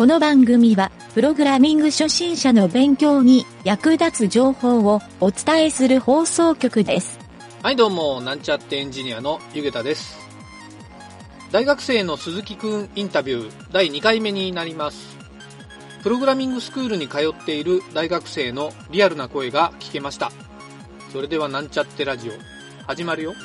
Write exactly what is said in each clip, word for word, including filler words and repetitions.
の番組は、プログラミング初心者の勉強に役立つ情報をお伝えする放送局です。 はい、どうも、なんちゃってエンジニアのゆげたです。大学生の鈴木くんインタビューだいにかいめになります。プログラミングスクールに通っている大学生のリアルな声が聞けました。それではなんちゃってラジオ、始まるよ。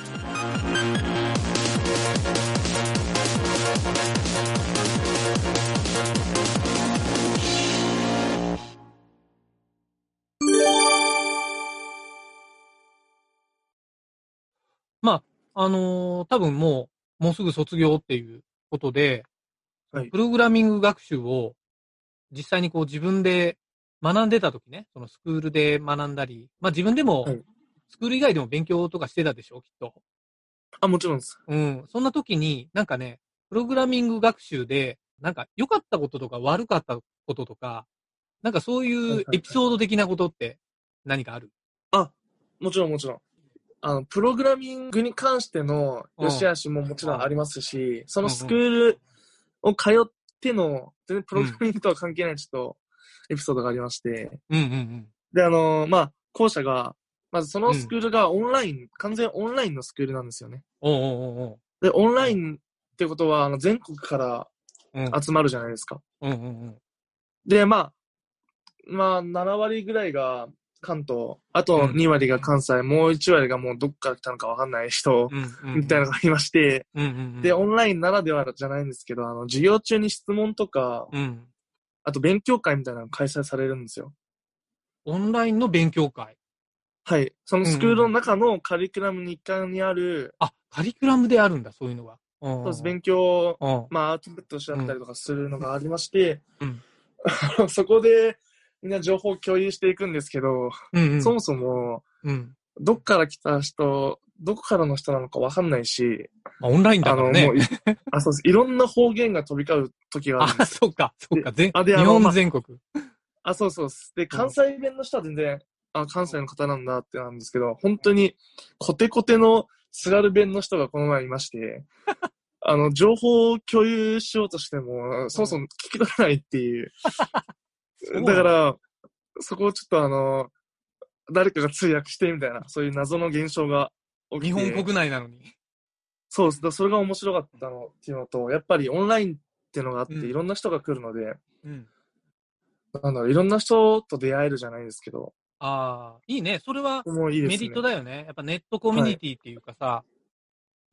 まあ、あのー、多分もう、もうすぐ卒業っていうことで、はい、プログラミング学習を実際にこう自分で学んでた時ね、そのスクールで学んだり、まあ自分でも、スクール以外でも勉強とかしてたでしょ、きっと。 あ、もちろんです。 うん。そんな時に、なんかね、プログラミング学習で、なんか良かったこととか悪かったこととか、なんかそういうエピソード的なことって何かある？ あ、もちろんもちろん。あの、プログラミングに関しての良し悪しももちろんありますし、うん、そのスクールを通っての、全然プログラミングとは関係ないちょっとエピソードがありまして、 うんうんうん、 で、あの、まあ、校舎が、まずそのスクールがオンライン、うん、完全オンラインのスクールなんですよね。 おうおうおうで、オンラインってことは、あの、全国から集まるじゃないですか。 うんうんうん、 で、まあ、まあ、ななわりぐらいが関東、あとにわりが関西、うん、もういちわりがもうどっから来たのかわかんない人、みたいなのがありまして、 うんうんうん、 で、オンラインならではじゃないんですけど、あの、授業中に質問とか、うん、あと勉強会みたいなのが開催されるんですよ。 オンラインの勉強会？ はい。そのスクールの中のカリキュラムに一環にある、うんうん、 あ、カリキュラムであるんだ、そういうのが。 そうです、勉強、まあ、アウトプットしちゃったりとかするのがありまして、うん、そこで、みんな情報を共有していくんですけど、うんうん、そもそも、うん、どっから来た人、どこからの人なのかわかんないし、 まあ、オンラインだからね。 あのもうあそうです。いろんな方言が飛び交う時があるんです。 あ、そうか、そうか。全あで日本全国、 まあ。あ、そうそうです。で、関西弁の人は全然、あ、関西の方なんだってなんですけど、本当にコテコテの津軽弁の人がこの前いまして、あの、情報を共有しようとしても、そもそも聞き取れないっていう。だから、そこをちょっとあの、誰かが通訳してみたいな、そういう謎の現象が起きて。 日本国内なのに。 そうです。だそれが面白かったのっていうのと、やっぱりオンラインっていうのがあって、うん、いろんな人が来るので、うん、なんだろう、いろんな人と出会えるじゃないですけど。 ああ、いいね。それはメリットだよね。やっぱネットコミュニティっていうかさ、はい、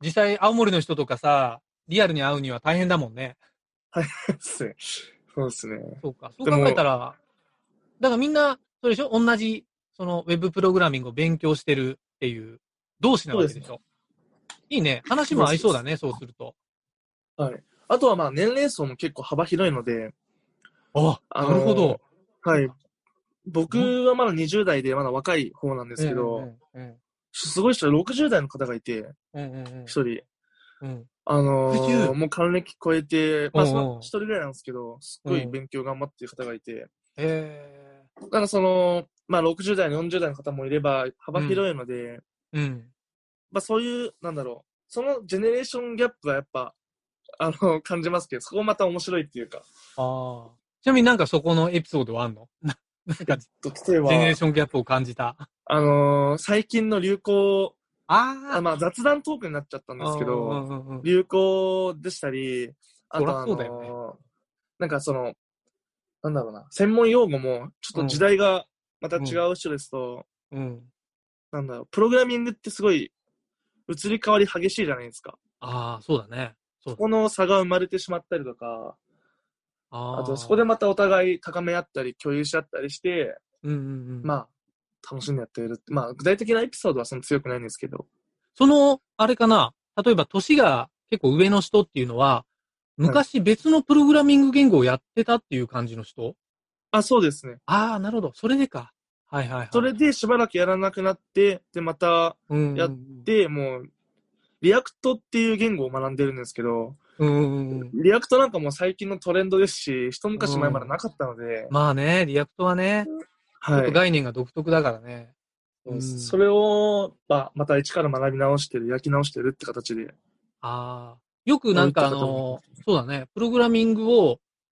実際青森の人とかさ、リアルに会うには大変だもんね。 はい、そうですね。 そうか。そう考えたら、だからみんな、それでしょ？同じ、その、ウェブプログラミングを勉強してるっていう、同士なわけでしょ？ね、いいね。話も合いそうだね、そうすると。 はい。あとはまあ、年齢層も結構幅広いので。 あ、あなるほど。 はい。僕はまだにじゅうだいでまだ若い方なんですけど、うんうんうん、すごい人はろくじゅうだいの方がいて、うんうんうん、ひとり。うん、あのー、もう還暦超えて、まあ、その一人ぐらいなんですけど、すっごい勉強頑張ってる方がいて、 へだからその、まあ、ろくじゅうだい、よんじゅうだいの方もいれば、幅広いので、うんうん、まあ、そういう、なんだろう、そのジェネレーションギャップはやっぱ、あの、感じますけど、そこまた面白いっていうか。 ああ。ちなみになんかそこのエピソードはあんの？なんか、ジェネレーションギャップを感じた。 あのー、最近の流行、 ああまあ雑談トークになっちゃったんですけど、うんうんうん、流行でしたり、あとあのーね、なんかその、なんだろうな、専門用語もちょっと時代がまた違う人ですと、うんうん、なんだろう、プログラミングってすごい移り変わり激しいじゃないですか。 ああ、そうだね。 そこの差が生まれてしまったりとか、あとそこでまたお互い高め合ったり共有し合ったりして、うんうんうん、まあ、楽しんでやっている。まあ、具体的なエピソードはそんな強くないんですけど。 その、あれかな、例えば年が結構上の人っていうのは、昔別のプログラミング言語をやってたっていう感じの人？はい、 あ、そうですね。 ああ、なるほど。それでか。はいはいはい。 それでしばらくやらなくなって、で、またやって、うんうん、もう、リアクトっていう言語を学んでるんですけど、うんうん、リアクトなんかもう最近のトレンドですし、一昔前まだなかったので。 うん、まあね、リアクトはね、はい、ちょっと概念が独特だからね。 うん、それを、まあ、また一から学び直してる、焼き直してるって形で。 ああ。よくなんかあの、そうだね、プログラミングを、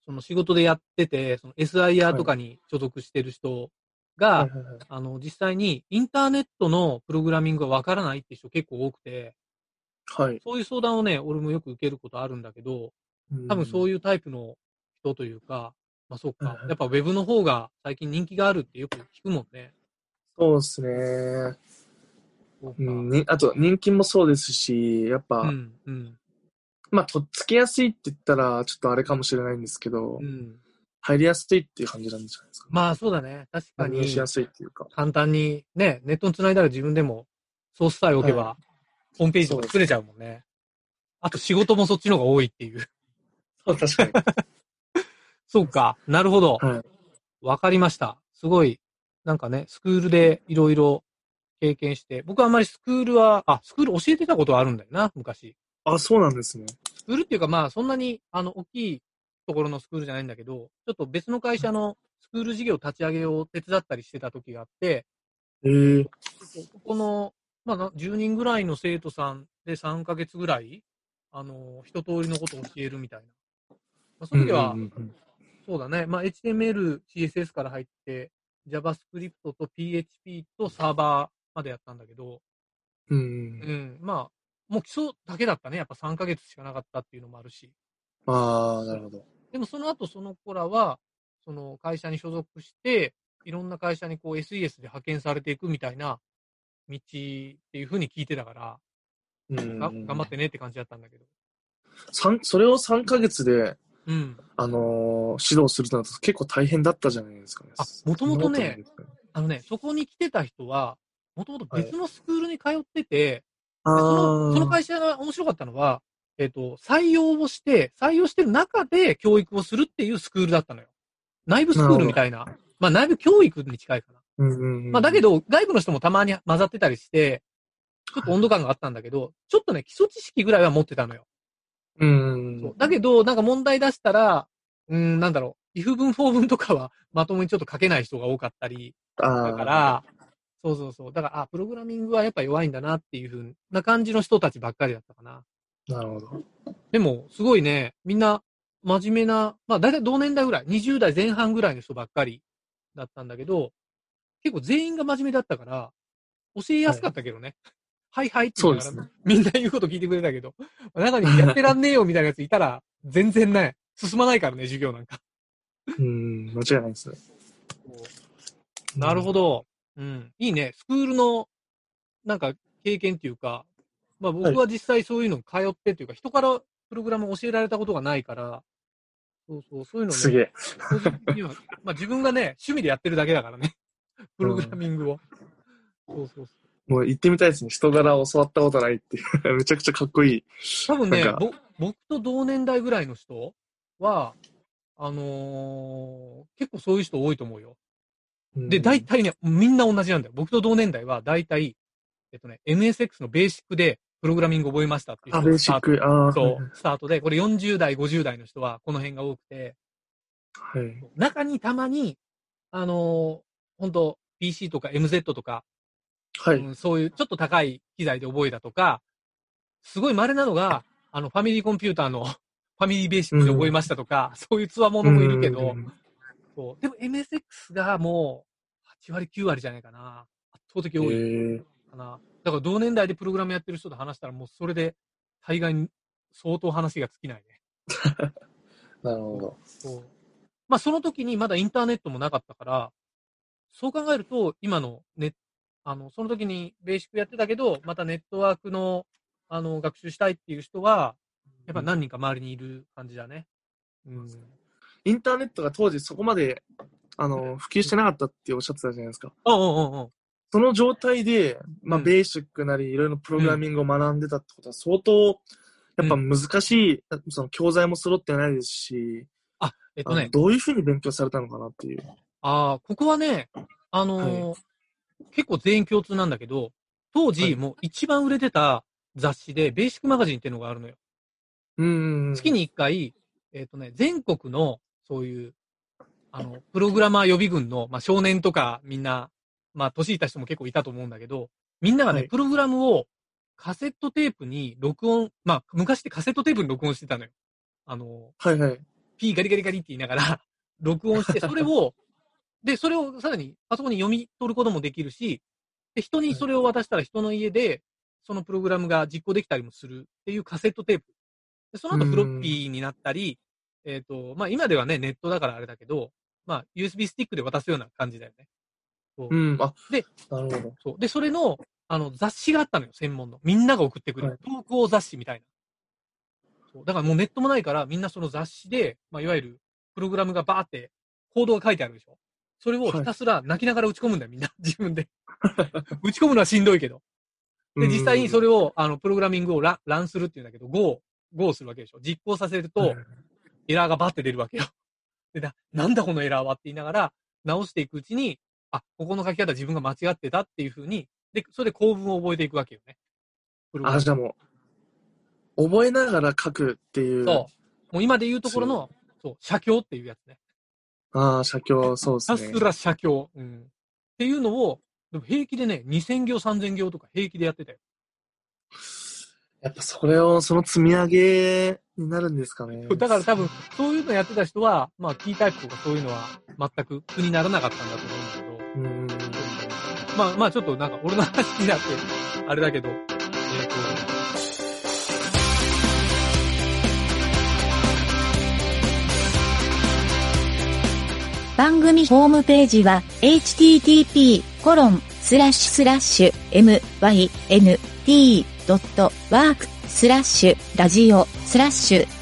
その仕事でやってて、その エスアイアール とかに所属してる人が、 はいはいはい。 あの、実際にインターネットのプログラミングがわからないって人結構多くて、 はい。 そういう相談をね、俺もよく受けることあるんだけど、 うん。 多分そういうタイプの人というか、まあそっか。 はいはい。 やっぱウェブの方が最近人気があるってよく聞くもんね。 そうですね。 そうか。 うん、に、あと人気もそうですし、やっぱ、 うん、うん、 まあ、とっつきやすいって言ったら、ちょっとあれかもしれないんですけど、 うん。 入りやすいっていう感じなんじゃないですかね。 まあそうだね。確かに、 反応しやすいっていうか。 簡単にね、ネットに繋いだら自分でもソースさえ置けはい。 ば、ホームページとそうですね。 か作れちゃうもんね。あと仕事もそっちの方が多いっていう。 そう、確かに。 そうか。なるほど。 はい。 わかりました。すごい、なんかね、スクールでいろいろ経験して、僕はあんまりスクールは、あ、スクール教えてたことはあるんだよな、昔。 あ、そうなんですね。 スクールっていうかまあ、そんなに、あの、大きいところのスクールじゃないんだけど、ちょっと別の会社のスクール事業立ち上げを手伝ったりしてた時があって、 ええー。 そうそこの、まあな、じゅうにんぐらいの生徒さんでさんかげつぐらい、あの、一通りのことを教えるみたいな。まあ、そうんうんうの時は、 んそうだね、まあ、エイチティーエムエル、シーエスエス から入って、JavaScript と ピーエイチピー とサーバーまでやったんだけど、 うん。うん。 うん、まあ、もう基礎だけだったね。やっぱさんかげつしかなかったっていうのもあるし。 ああ、なそうるほど。 でもその後、その子らは、その会社に所属して、いろんな会社にこう エスイーエス で派遣されていくみたいな道っていうふうに聞いてたから、 うんうが頑ん。 張ってねって感じだったんだけど。 三それをさんかげつで、 うん。 あのー指導するとなると結構大変だったじゃないですかね。 あ、もとそんなことないもとね、 ですかね。 あのね、そこに来てた人は、もともとはい。 別のスクールに通ってて、 あで、その、そのあ、 会社が面白かったのは、えっと、採用をして、採用してる中で教育をするっていうスクールだったのよ。内部スクーなるほど。 ルみたいな。まあ内部教育に近いかな。 うんうんまあだうんけど、外部の人もたまに混ざってたりして、ちょっと温度感があったんだけど、ちょっとね、基礎知識ぐらいは持ってたのよ。 うん。うんそう。だけど、なんか問題出したら、うーん、なんだろう、if 文、for 文とかはまともにちょっと書けない人が多かったり、だかあら、そうそうそう。だから、あ、プログラミングはやっぱ弱いんだなっていう風な感じの人たちばっかりだったかな。 あ、なるほど。 でも、すごいね、みんな真面目な、まあ大体同年代ぐらい、にじゅう代前半ぐらいの人ばっかりだったんだけど、結構全員が真面目だったから、教えやすかはい。 ったけどね。はいはいって言いながら、 そうですね。 みんな言うこと聞いてくれたけど、中にやってらんねえよみたいなやついたら、全然ね、進まないからね、授業なんか。 うん、間違いないですね。 なるほど。 ど。うん。いいね。スクールの、なんか、経験っていうか、まあはい。 僕は実際そういうの通ってっていうか、人からプログラムを教えられたことがないから、そうそう、そういうのね、 すげえ。 個人的には、まあ自分がね、趣味でやってるだけだからね。プログラうん。 ミングを。そうそうそう。 もう行ってみたいですね。人柄を教わったことないっていう。めちゃくちゃかっこいい。 多分ね、 なんか、 ぼ、僕と同年代ぐらいの人は、あのー結構そういう人多いと思うよ。で、大うん。 体ね、みんな同じなんだよ。僕と同年代は、大体、えっとね、エムエスエックス のベーシックでプログラミング覚えましたっていうあ、 人ベーがスタート。 シック。ああ、はいそう、スタートで、これよんじゅう代、ごじゅう代の人はこの辺が多くて、 はい。はい。 中にたまに、あのー、本当 ピーシー とか エムゼット とか、 はい。 うん、そういうちょっと高い機材で覚えたとか、すごい稀なのが、あの、ファミリーコンピューターのファミリーベーシックで覚えうん。 ましたとか、そういう強う者もいるけど、 ん。 そう。でも エムエスエックス がもうはち割きゅう割じゃないかな。圧倒的え多いえ。 かな。だから同年代でプログラムやってる人と話したらもうそれで大概に相当話が尽きないね。 なるほそう。 ど。 そう。まあその時にまだインターネットもなかったから、そう考えると今のネあの、その時にベーシックやってたけど、またネットワークの、あの、学習したいっていう人は、やっぱ何人か周りにいる感じだね。うん。 インターネットが当時そこまで、あの、普及してなかったっておっしゃってたじゃないですか。 うんうんうんうん。 その状態で、まあ、 うん。 ベーシックなり、いろいろプロうん。 グラミングを学んでたってことは、相当、やっぱうん。 難しい、その教材も揃ってないですし、 あ、えっとあの、 ね、 どういうふうに勉強されたのかなっていう。 ああ、ここはね、あはい。 のー結構全員共通なんだけど、当時はい。 もう一番売れてた雑誌で、ベーシックマガジンっていうのがあるのよ。 うんうんうん。 月に一回、えっとね、全国の、そういう、あの、プログラマー予備軍の、まあ、少年とかみんな、まあ、年いた人も結構いたと思うんだけど、みんながね、 はい。 プログラムをカセットテープに録音、まあ、昔ってカセットテープに録音してたのよ。あの、 はいはい。 P ガリガリガリって言いながら、録音して、それを、で、それをさらにパソコンに読み取ることもできるし、で、人にそれを渡したら人の家で、そのプログラムが実行できたりもするっていうカセットテープ。でその後フロッピーになったり、えっと、まあ今ではね、ネットだからあれだけど、まあ ユーエスビー スティックで渡すような感じだよね。そううん。あ、 で、 なるほど。 そう。で、それの、あの、雑誌があったのよ、専門の。みんなが送ってくる。 はい投稿雑誌みたいな。そう。だからもうネットもないから、みんなその雑誌で、まあいわゆる、プログラムがバーって、コードが書いてあるでしょ。それをひたすら泣きながら打ち込むんだよ、みんな。自分で。打ち込むのはしんどいけど。で、実際にそれを、あの、プログラミングをラランするっていうんだけど、Go、Go するわけでしょ。実行させると、エラーがバッて出るわけよ。でな、なんだこのエラーはって言いながら、直していくうちに、あ、ここの書き方自分が間違ってたっていう風に、で、それで構文を覚えていくわけよね。 あ、じゃあもう、覚えながら書くっていう。 そう。もう今で言うところの、そう、写経っていうやつね。 ああ、写経、そうですね。 ひたすら写経。うん。っていうのを、でも平気でね、にせんぎょう、さんぜんぎょうとか平気でやってたよ。 やっぱそれを、その積み上げになるんですかね。 だから多分、そういうのやってた人は、まあ、キータイプとかそういうのは全く苦にならなかったんだと思うんだけど。うん。まあ、まあ、ちょっとなんか俺の話になって、あれだけど、えっと、 番組ホームページは エイチティーティーピーコロンスラッシュスラッシュエムワイエヌティードットワークスラッシュラジオスラッシュ